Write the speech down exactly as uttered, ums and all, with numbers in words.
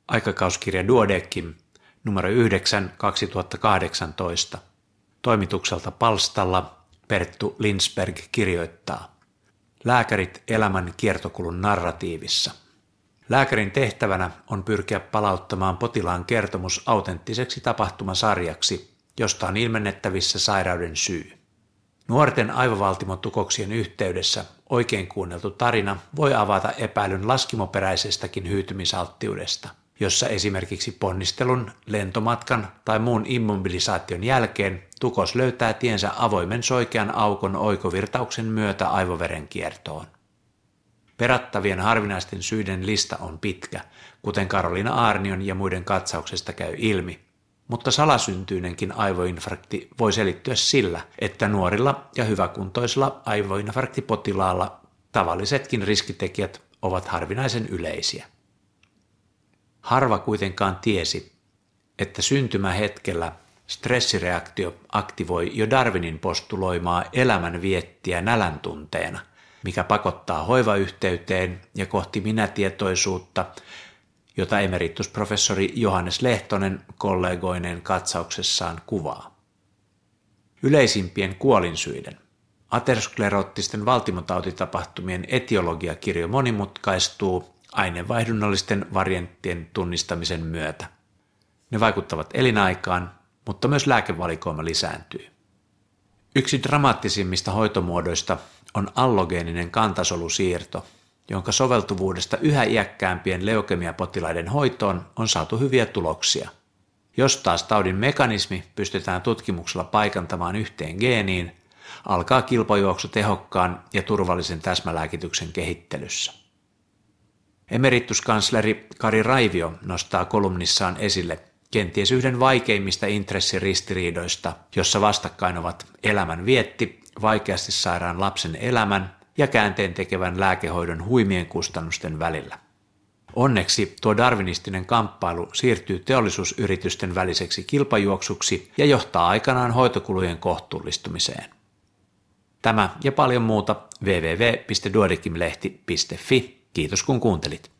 aikakauskirja Duodeckim, numero yhdeksän kaksituhattakahdeksantoista. Toimitukselta Palstalla Perttu Lindsberg kirjoittaa. Lääkärit elämän kiertokulun narratiivissa. Lääkärin tehtävänä on pyrkiä palauttamaan potilaan kertomus autenttiseksi tapahtumasarjaksi, josta on ilmennettävissä sairauden syy. Nuorten aivovaltimotukoksien yhteydessä oikein kuunneltu tarina voi avata epäilyn laskimoperäisestäkin hyytymisalttiudesta, jossa esimerkiksi ponnistelun, lentomatkan tai muun immobilisaation jälkeen tukos löytää tiensä avoimen soikean aukon oikovirtauksen myötä aivoverenkiertoon. Perattavien harvinaisten syiden lista on pitkä, kuten Karoliina Aarnion ja muiden katsauksesta käy ilmi, mutta salasyntyinenkin aivoinfarkti voi selittyä sillä, että nuorilla ja hyväkuntoisilla aivoinfarktipotilaalla tavallisetkin riskitekijät ovat harvinaisen yleisiä. Harva kuitenkaan tiesi, että syntymähetkellä stressireaktio aktivoi jo Darwinin postuloimaa elämänviettiä näläntunteena, mikä pakottaa hoivayhteyteen ja kohti minätietoisuutta, jota emeritusprofessori Johannes Lehtonen kollegoineen katsauksessaan kuvaa. Yleisimpien kuolinsyiden, ateroskleroottisten valtimotautitapahtumien etiologiakirjo monimutkaistuu aineenvaihdunnallisten varianttien tunnistamisen myötä. Ne vaikuttavat elinaikaan, mutta myös lääkevalikoima lisääntyy. Yksi dramaattisimmista hoitomuodoista on allogeeninen kantasolusiirto, jonka soveltuvuudesta yhä iäkkäämpien leukemiapotilaiden hoitoon on saatu hyviä tuloksia. Jos taas taudin mekanismi pystytään tutkimuksella paikantamaan yhteen geeniin, alkaa kilpajuoksu tehokkaan ja turvallisen täsmälääkityksen kehittelyssä. Emerituskansleri Kari Raivio nostaa kolumnissaan esille kenties yhden vaikeimmista intressiristiriidoista, jossa vastakkain ovat elämän vietti, vaikeasti sairaan lapsen elämän ja käänteen tekevän lääkehoidon huimien kustannusten välillä. Onneksi tuo darwinistinen kamppailu siirtyy teollisuusyritysten väliseksi kilpajuoksuksi ja johtaa aikanaan hoitokulujen kohtuullistumiseen. Tämä ja paljon muuta double-u double-u double-u piste duodeckim lehti piste fi. Kiitos kun kuuntelit.